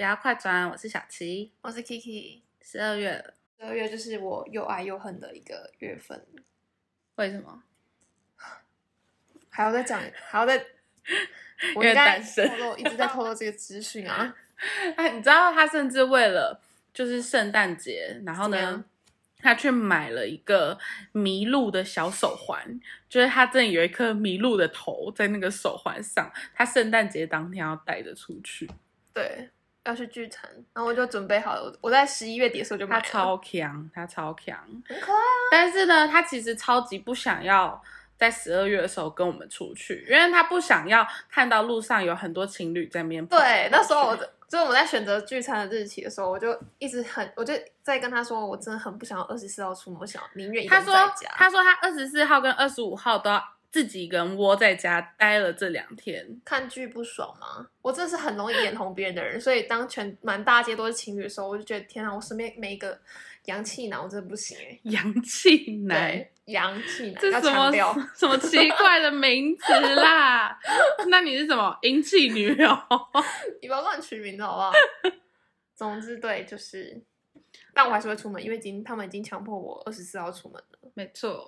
要快转，我是小琪， 我是 Kiki。 12月了 12月就是我又爱又恨的一个月份。 为什么？ 还要再讲，还要再，我应该一直在透露这个资讯啊。 哎，你知道他甚至为了就是圣诞节，然后呢，他去买了一个麋鹿的小手环，就是他真的有一颗麋鹿的头在那个手环上，他圣诞节当天要带着出去。 对，要去聚餐，然后我就准备好了。我在11月底的时候就买了。 他超强， 很可爱啊。 但是呢，他其实超级不想要在12月的时候跟我们出去，因为他不想要看到路上有很多情侣在那边。 对，那时候就是我在选择聚餐的日期的时候，我就在跟他说，我真的很不想要24号出门，我想宁愿一个人在家。 他说他24号跟25号都要自己一个人窝在家待了这2天。 看剧不爽吗？我真的是很容易眼红别人的人，所以当满大街都是情侣的时候，我就觉得天啊，我身边每一个洋气男我真的不行哎。 洋气男， 对，洋气男， 这要强调什么奇怪的名词啦？那你是什么英气女友？ 你不要乱取名字好不好？总之对，就是，但我还是会出门，因为他们已经强迫我24号出门了。 没错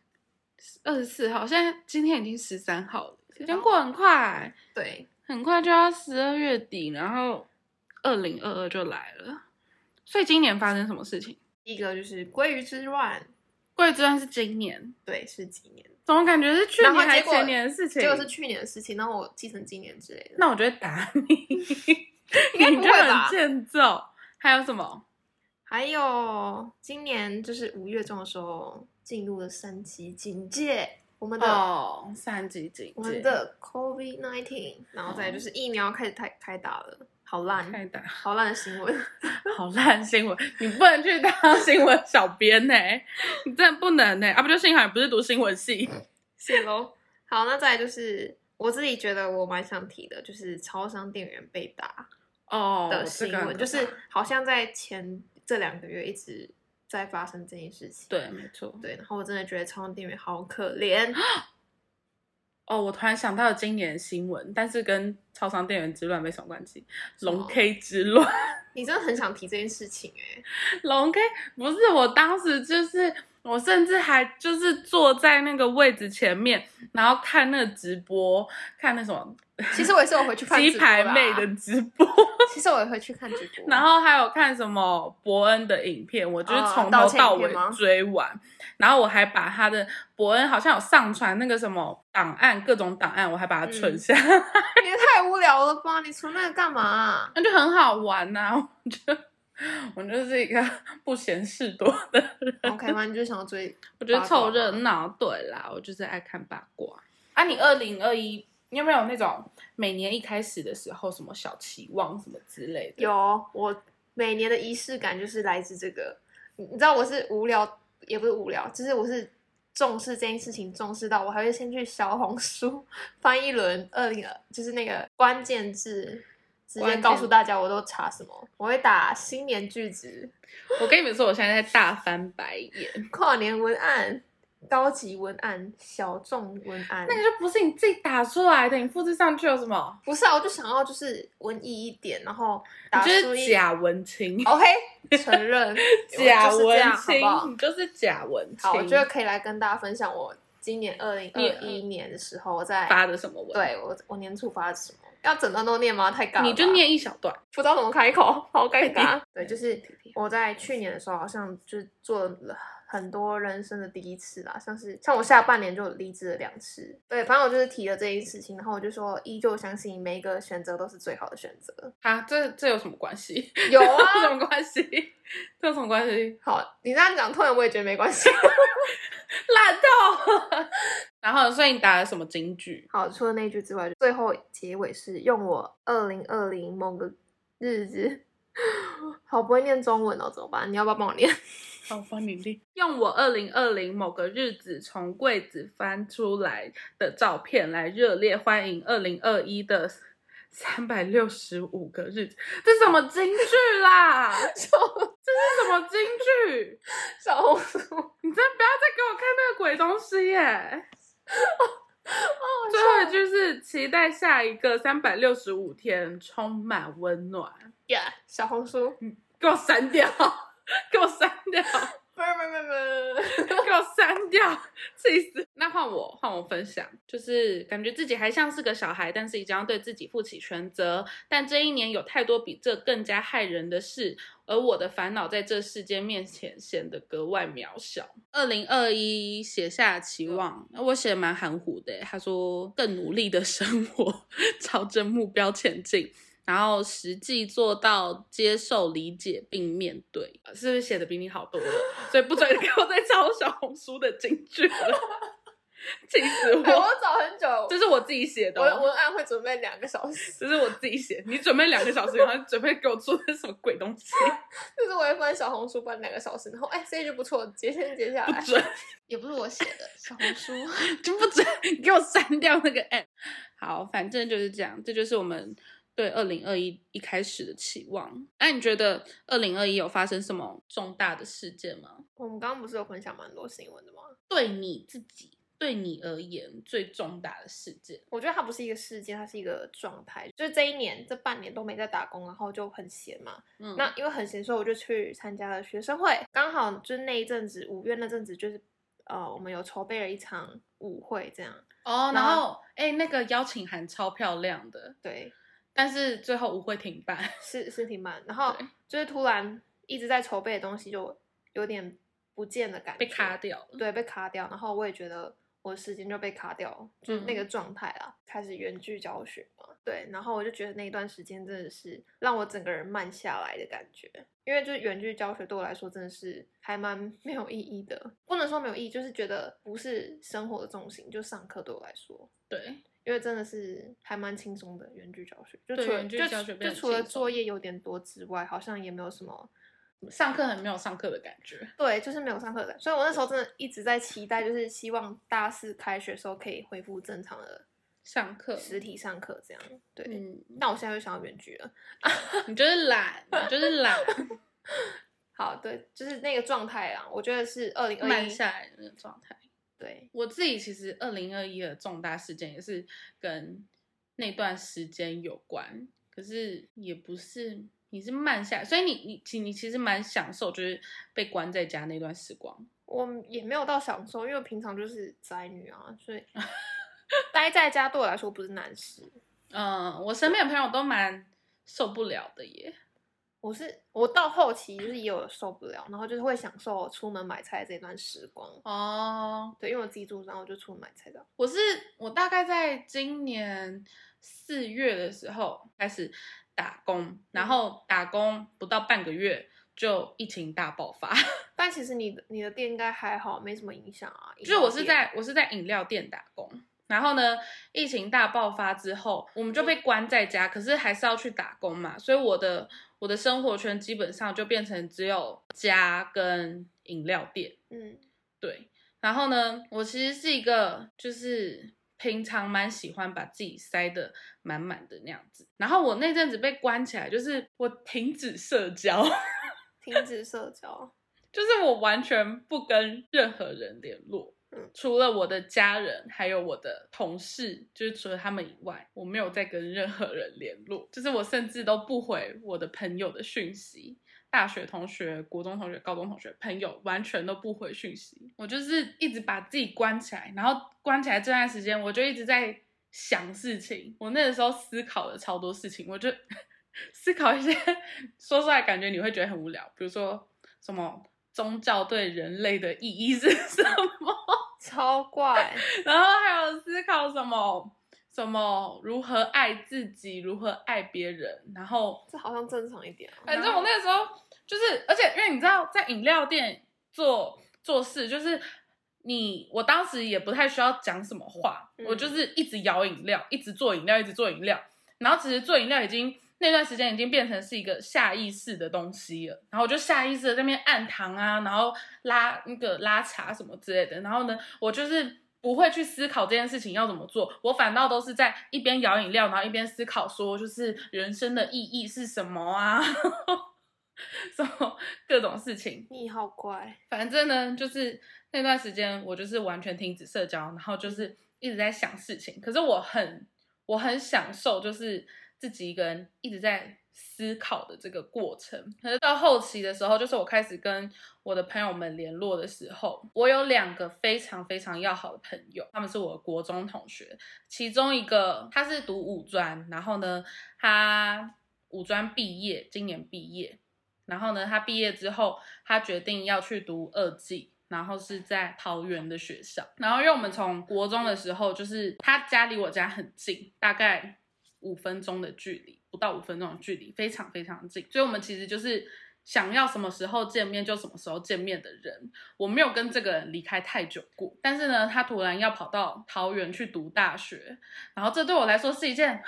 ，24号，今天已经13号了，时间过很快， 对， 很快就要12月底，然后2022就来了。所以今年发生什么事情？ 第一个就是鲑鱼之乱。 鲑鱼之乱是今年？ 对，是今年。 怎么感觉是去年还是前年的事情？ 结果是去年的事情，然后我继承今年之类的。 那我就会打你， 应该不会吧？ 你就很欠揍。还有什么？ 还有今年就是5月中的时候进入了3级警戒，我们的 3级警戒， 我们的 COVID-19， 然后再就是疫苗开始开打了，好烂，好烂的新闻， 好烂的新闻，你不能去当新闻小编欸，你真的不能欸，不就幸好你不是读新闻系， 谢咯。好，那再来就是我自己觉得我蛮想提的，就是超商店员被打的新闻，就是好像在前这2个月一直在发生这件事情。 对，没错。 对，然后我真的觉得超商店员好可怜。 我突然想到了今年的新闻，但是跟超商店员之乱没什么关系。龙 K 之乱， 你真的很想提这件事情欸。 龙 K 不是，我当时就是我甚至还就是坐在那个位置前面，然后看那个直播，看那什么。 其实我也是有回去看直播啦， 鸡排妹的直播。 其实我也会去看直播， 然后还有看什么伯恩的影片，我就是从头到尾追完。然后我还把他的伯恩好像有上传那个什么档案，各种档案，我还把它存下来。 你也太无聊了吧？你存那个干嘛？ 那就很好玩啊！我就是一个不嫌事多的人。 OK 吗？你就想要追？ 我觉得凑热闹，对啦，我就是爱看八卦。啊，你2021你有没有那种每年一开始的时候什么小期望什么之类的？ 有，我每年的仪式感就是来自这个。你知道我是无聊，也不是无聊，就是我是重视这件事情，重视到我还会先去小红书翻一轮就是那个关键字，直接告诉大家我都查什么。我会打新年句子。 我跟你们说，我现在在大翻白眼。 跨年文案。高级文案、小众文案， 那个就不是你自己打出来的，你复制上去有什么？ 不是啊，我就想要就是文艺一点，然后打出就是假文青。 OK， 承认假文青， 好不好？ 你就是假文青。 好，我觉得可以来跟大家分享我今年2021年的时候在发的什么文？ 对，我年初发的什么？要整段都念吗？太尬了。 你就念一小段， 不知道怎么开口，好尴尬。对，就是我在去年的时候，好像就是做了很多人生的第一次啦，像我下半年就离职了2次。对，反正我就是提了这件事情，然后我就说依旧相信每一个选择都是最好的选择。 啊，这有什么关系？ 有啊， 有什么关系？这有什么关系？ 好，你这样讲，突然我也觉得没关系。 烂透。然后，所以你打了什么金句？ 好，除了那句之外，最后结尾是用我2020某个日子。好不会念中文哦，怎么办？你要不要帮我念？ 好，我帮你念。用我2020某个日子从柜子翻出来的照片来热烈欢迎2021的365个日子。这是什么金句啦？这是什么金句？ 小红书， 你真的不要再给我看那个鬼东西耶！最后一句是期期待下一个365天充满温暖。 小红书， 给我删掉，给我删掉。 不， 给我删掉，气死！那换我分享，就是感觉自己还像是个小孩，但是已经要对自己负起全责。但这一年有太多比这更加害人的事，而我的烦恼在这世间面前显得格外渺小。2021写下期望，我写得蛮含糊的，他说更努力的生活，朝着目标前进。然后实际做到接受、理解并面对，是不是写的比你好多了？所以不准给我再抄小红书的金句了，气死我！ 我找很久， 这是我自己写的、 我文案会准备2个小时， 这是我自己写。你准备2个小时，然后准备给我做的什么鬼东西？ 就是我会翻小红书翻2个小时，然后这一句不错，先接下来。 不准， 也不是我写的，小红书就不准，给我删掉那个 app。好，反正就是这样，这就是我们对2021一开始的期望。那你觉得2021有发生什么重大的事件吗？ 我们刚刚不是有分享蛮多新闻的吗？ 对你自己，对你而言最重大的事件？ 我觉得它不是一个事件，它是一个状态。就是这一年这半年都没在打工，然后就很闲嘛。那因为很闲，所以我就去参加了学生会。刚好就是那一阵子，5月那阵子，就是我们有筹备了一场舞会这样。 然后那个邀请函超漂亮的， 对。 但是最后舞会停办， 是停办，然后就是突然一直在筹备的东西就有点不见的感觉， 被卡掉了。 对，被卡掉，然后我也觉得我的时间就被卡掉，就是那个状态啦。开始远距教学嘛，对，然后我就觉得那一段时间真的是让我整个人慢下来的感觉，因为就是远距教学对我来说真的是还蛮没有意义的，不能说没有意义，就是觉得不是生活的重心，就上课对我来说， 对。 因为真的是还蛮轻松的远距教学，就除了作业有点多之外，好像也没有什么上课很没有上课的感觉。 对，就是没有上课的感觉。所以我那时候真的一直在期待，就是希望大4开学的时候可以恢复正常的上课， 实体上课这样。对，但我现在又想要远距了。 你就是懒，你就是懒。 好，对，就是那个状态啦。我觉得是2021 慢下来的那个状态。 对， 我自己其实2021的重大事件也是跟那段时间有关，可是也不是，你是慢下来，所以你其实蛮享受就是被关在家那段时光。 我也没有到享受，因为我平常就是宅女啊，所以待在家对我来说不是难事。 我身边的朋友都蛮受不了的耶。 我到后期就是也有受不了，然后就是会享受出门买菜这段时光。对，因为我自己住，然后我就出门买菜的。 我大概在今年4月的时候开始打工，然后打工不到半个月就疫情大爆发。 但其实你的店应该还好，没什么影响啊。 就是我是在饮料店打工。然后呢，疫情大爆发之后，我们就被关在家，可是还是要去打工嘛，所以我的生活圈基本上就变成只有家跟饮料店。对。然后呢，我其实是一个就是平常蛮喜欢把自己塞得满满的那样子。然后我那阵子被关起来，就是我停止社交， 停止社交， 就是我完全不跟任何人联络。除了我的家人还有我的同事，就是除了他们以外，我没有再跟任何人联络，就是我甚至都不回我的朋友的讯息，大学同学、国中同学、高中同学、朋友完全都不回讯息。我就是一直把自己关起来，然后关起来这段时间我就一直在想事情。我那个时候思考了超多事情，我就思考一些说出来感觉你会觉得很无聊，比如说什么宗教对人类的意义是什么， 超怪。 然后还有思考什么如何爱自己，如何爱别人，然后这好像正常一点。 反正我那个时候就是，而且因为你知道在饮料店做事，就是我当时也不太需要讲什么话，我就是一直摇饮料，一直做饮料，一直做饮料，然后其实做饮料那段时间已经变成是一个下意识的东西了，然后我就下意识的在那边按糖啊，然后拉茶什么之类的，然后呢，我就是不会去思考这件事情要怎么做，我反倒都是在一边摇饮料，然后一边思考说，就是人生的意义是什么啊，什么各种事情。 你好乖。 反正呢，就是那段时间我就是完全停止社交，然后就是一直在想事情，可是我我很享受就是自己一个人一直在思考的这个过程。可是到后期的时候，就是我开始跟我的朋友们联络的时候，我有2个非常非常要好的朋友，他们是我的国中同学，其中一个他是读五专，然后呢他五专毕业，今年毕业，然后呢他毕业之后他决定要去读2技，然后是在桃园的学校。然后因为我们从国中的时候，就是他家离我家很近，大概5分钟的距离，不到5分钟的距离，非常非常近，所以我们其实就是想要什么时候见面就什么时候见面的人。我没有跟这个人离开太久过，但是呢他突然要跑到桃园去读大学，然后这对我来说是一件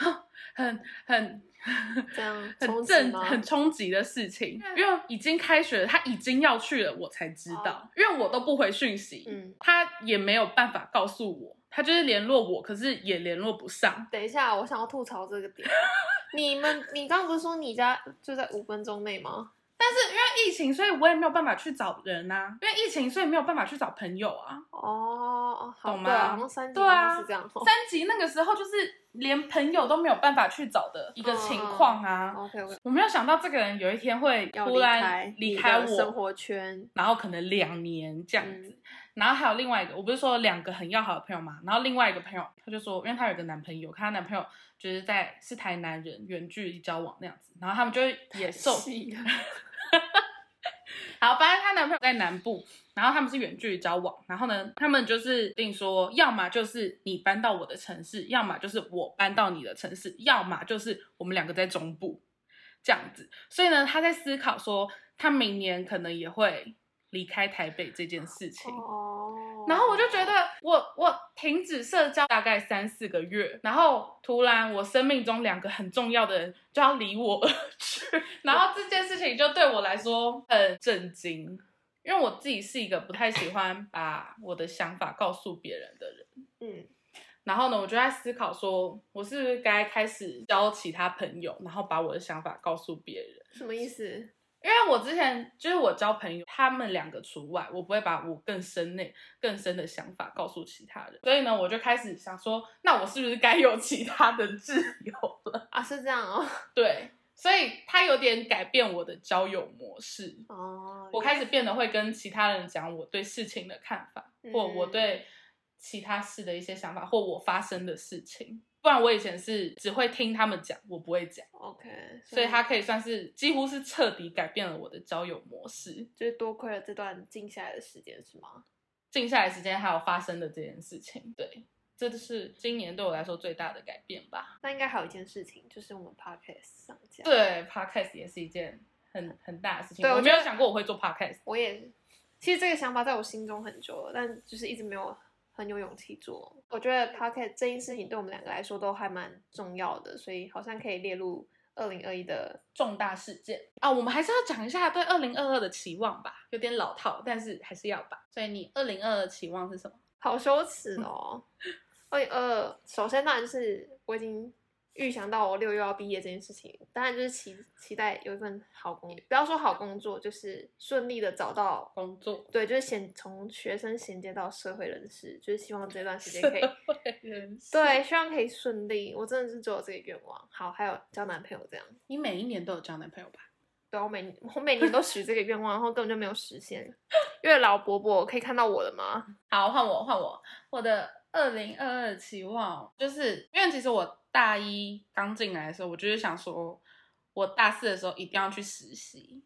这样很冲击的事情，因为已经开学了，他已经要去了，我才知道，因为我都不回讯息，他也没有办法告诉我，他就是联络我，可是也联络不上。 等一下，我想要吐槽这个点。你刚刚不是说你家就在5分钟内吗？ 但是因为疫情，所以我也没有办法去找人啊。因为疫情，所以没有办法去找朋友啊。 哦， 懂吗？ 对啊，好像3级是这样。 3级那个时候就是连朋友都没有办法去找的一个情况啊。 OK， 我没有想到这个人有一天会突然离开我生活圈， 然后可能2年这样子。然后还有另外一个，我不是说2个很要好的朋友嘛，然后另外一个朋友他就说，因为他有一个男朋友，他男朋友就是是台南人，远距离交往那样子，然后他们就也受好，反正她男朋友在南部，然后他们是远距离交往，然后呢，他们就是定说，要么就是你搬到我的城市，要么就是我搬到你的城市，要么就是我们2个在中部这样子。所以呢，他在思考说，他明年可能也会离开台北这件事情。然后我就觉得我停止社交大概3-4个月，然后突然我生命中2个很重要的人就要离我而去，然后这件事情就对我来说很震惊，因为我自己是一个不太喜欢把我的想法告诉别人的人。然后呢，我就在思考说，我是不是该开始交其他朋友，然后把我的想法告诉别人。 什么意思？ 因为我之前就是我交朋友，他们2个除外，我不会把我更深的想法告诉其他人。所以呢，我就开始想说，那我是不是该有其他的挚友了啊？是这样哦。 对，所以他有点改变我的交友模式。我开始变得会跟其他人讲我对事情的看法，或我对其他事的一些想法，或我发生的事情。不然我以前是只会听他们讲，我不会讲。 OK， 所以他可以算是几乎是彻底改变了我的交友模式。 就是多亏了这段静下来的时间，是吗？ 静下来的时间还有发生的这件事情，对，这就是今年对我来说最大的改变吧。 那应该还有一件事情，就是我们 Podcast 上架。 对 ，Podcast 也是一件很大的事情。对，我没有想过我会做 Podcast。 我也，其实这个想法在我心中很久了，但就是一直没有很有勇气做。我觉得 Podcast 这件事情对我们2个来说都还蛮重要的，所以好像可以列入2021的重大事件啊。我们还是要讲一下对2022的期望吧，有点老套，但是还是要吧。所以你2022的期望是什么？ 好羞耻哦。2022首先当然就是我已经预想到我6月要毕业这件事情，当然就是期待有一份好工作，不要说好工作，就是顺利的找到工作。 对，就是从学生衔接到社会人士，就是希望这段时间可以对，希望可以顺利。我真的是只有这个愿望。好，还有交男朋友这样。 你每一年都有交男朋友吧？ 对，我每年都许这个愿望，然后根本就没有实现。月老伯伯可以看到我了吗？ 好，换我。我的2022期望就是因为其实我大1刚进来的时候，我就是想说，我大4的时候一定要去实习。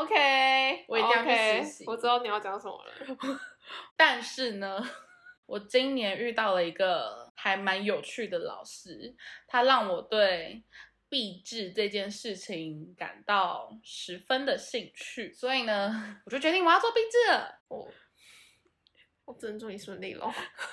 OK， 我一定要去实习。 我知道你要讲什么了。 但是呢，我今年遇到了一个还蛮有趣的老师，他让我对毕制这件事情感到十分的兴趣，所以呢，我就决定我要做毕制了。 我只能祝你顺利咯。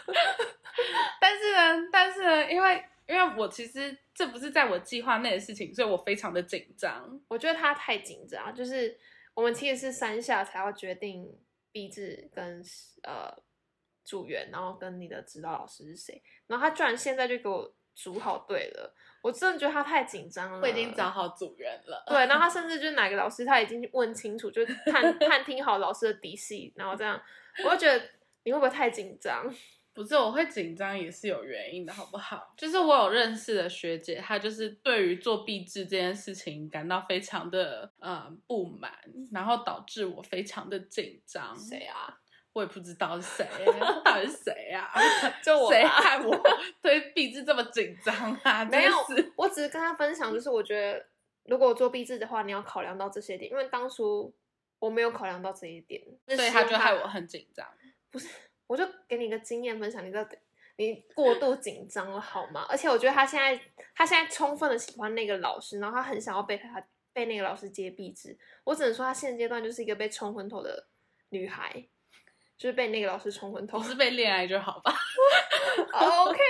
但是呢，因为我其实这不是在我计划内的事情，所以我非常的紧张。 我觉得他太紧张，就是我们其实是3下才要决定毕制跟组员，然后跟你的指导老师是谁，然后他居然现在就给我组好队了，我真的觉得他太紧张了。 我已经找好组员了。 对，然后他甚至就是哪个老师他已经问清楚，就探听好老师的底细，然后这样，我就觉得你会不会太紧张？ 不是，我会紧张也是有原因的，好不好？就是我有认识的学姐，她就是对于做毕制这件事情感到非常的不满，然后导致我非常的紧张。 谁啊？ 我也不知道是谁，到底是谁啊？ 就我谁害我对毕制这么紧张啊？ 没有，我只是跟他分享，就是我觉得如果做毕制的话，你要考量到这些点，因为当初我没有考量到这一点， 所以他就害我很紧张。 不是，我就给你一个经验分享，你过度紧张了好吗？而且我觉得他现在充分的喜欢那个老师，然后他很想要被那个老师接毕制。我只能说他现阶段就是一个被冲昏头的女孩。就是被那个老师冲昏头， 不是被恋爱就好吧 ？OK，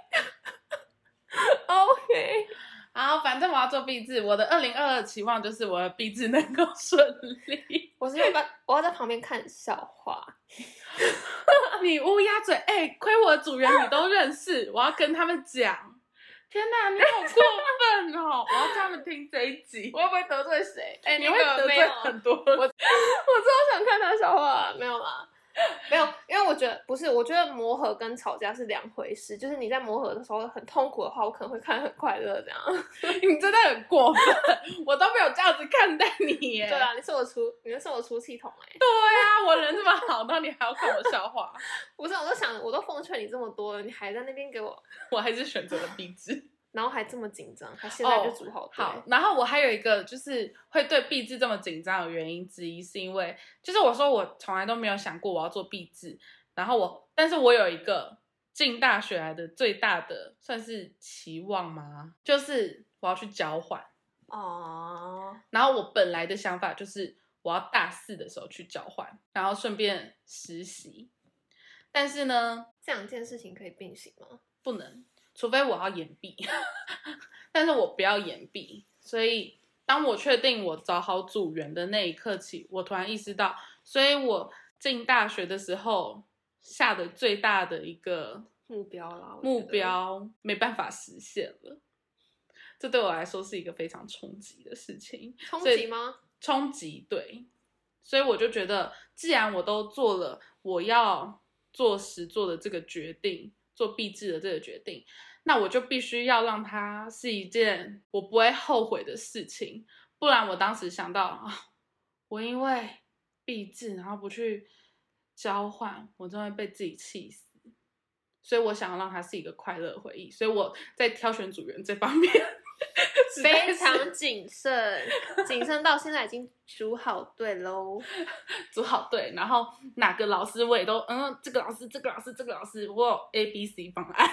然后反正我要做毕制，我的2022期望就是我的毕制能够顺利。 我要在旁边看笑话。 你乌鸦嘴，亏我的组员你都认识，我要跟他们讲。天哪，你好过分哦！我要叫他们听这一集。 我会不会得罪谁？ 你会得罪很多人。 我超想看他笑话，没有啦。没有，因为我觉得不是，我觉得磨合跟吵架是两回事。就是你在磨合的时候很痛苦的话，我可能会看很快乐这样。 你真的很过分，我都没有这样子看待你耶。 对啊，你是我出气筒哎。 对啊，我人这么好，然后你还要看我笑话？ 不是，我都奉劝你这么多了，你还在那边给我， 我还是选择了毕制。 然后还这么紧张，还现在就组好队。 好，然后我还有一个就是会对毕制这么紧张的原因之一，是因为就是我说我从来都没有想过我要做毕制，然后但是我有一个进大学来的最大的算是期望吗？就是我要去交换哦。 然后我本来的想法就是我要大4的时候去交换，然后顺便实习。但是呢， 这两件事情可以并行吗？ 不能。除非我要延毕，但是我不要延毕，所以当我确定我找好组员的那一刻起，我突然意识到，所以我进大学的时候下的最大的一个目标啦， 目标没办法实现了，这对我来说是一个非常冲击的事情。 冲击吗？ 冲击，对，所以我就觉得，既然我都做了我要做实作的这个决定，做毕制的这个决定，那我就必须要让它是一件我不会后悔的事情。不然我当时想到我因为毕制然后不去交换，我真的会被自己气死。所以我想要让它是一个快乐回忆，所以我在挑选组员这方面非常谨慎，谨慎到现在已经组好队咯。 组好队，然后哪个老师我也都这个老师这个老师这个老师，我有 ABC 方案。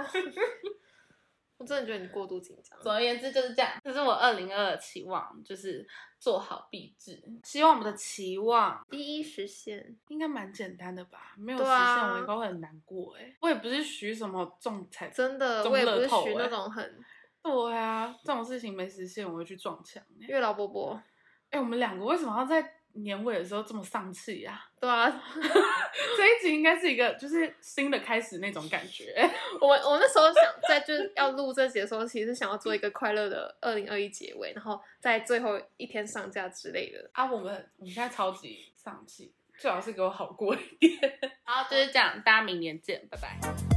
我真的觉得你过度紧张。 总而言之就是这样，这是我2022的期望，就是做好毕制。希望我们的期望第一实现， 应该蛮简单的吧？没有实现，我应该会很难过我也不是许什么中彩， 真的，我也不是许那种很。 对啊，这种事情没实现，我会去撞墙。 月老伯伯， 我们两个为什么要在年尾的时候这么丧气啊？ 对啊， 这一集应该是一个就是新的开始那种感觉。 我那时候想就是要录这集的时候，其实想要做一个快乐的2021结尾，然后在最后一天上架之类的。 我们现在超级丧气，最好是给我好过一点。好，就是这样，大家明年见，拜拜。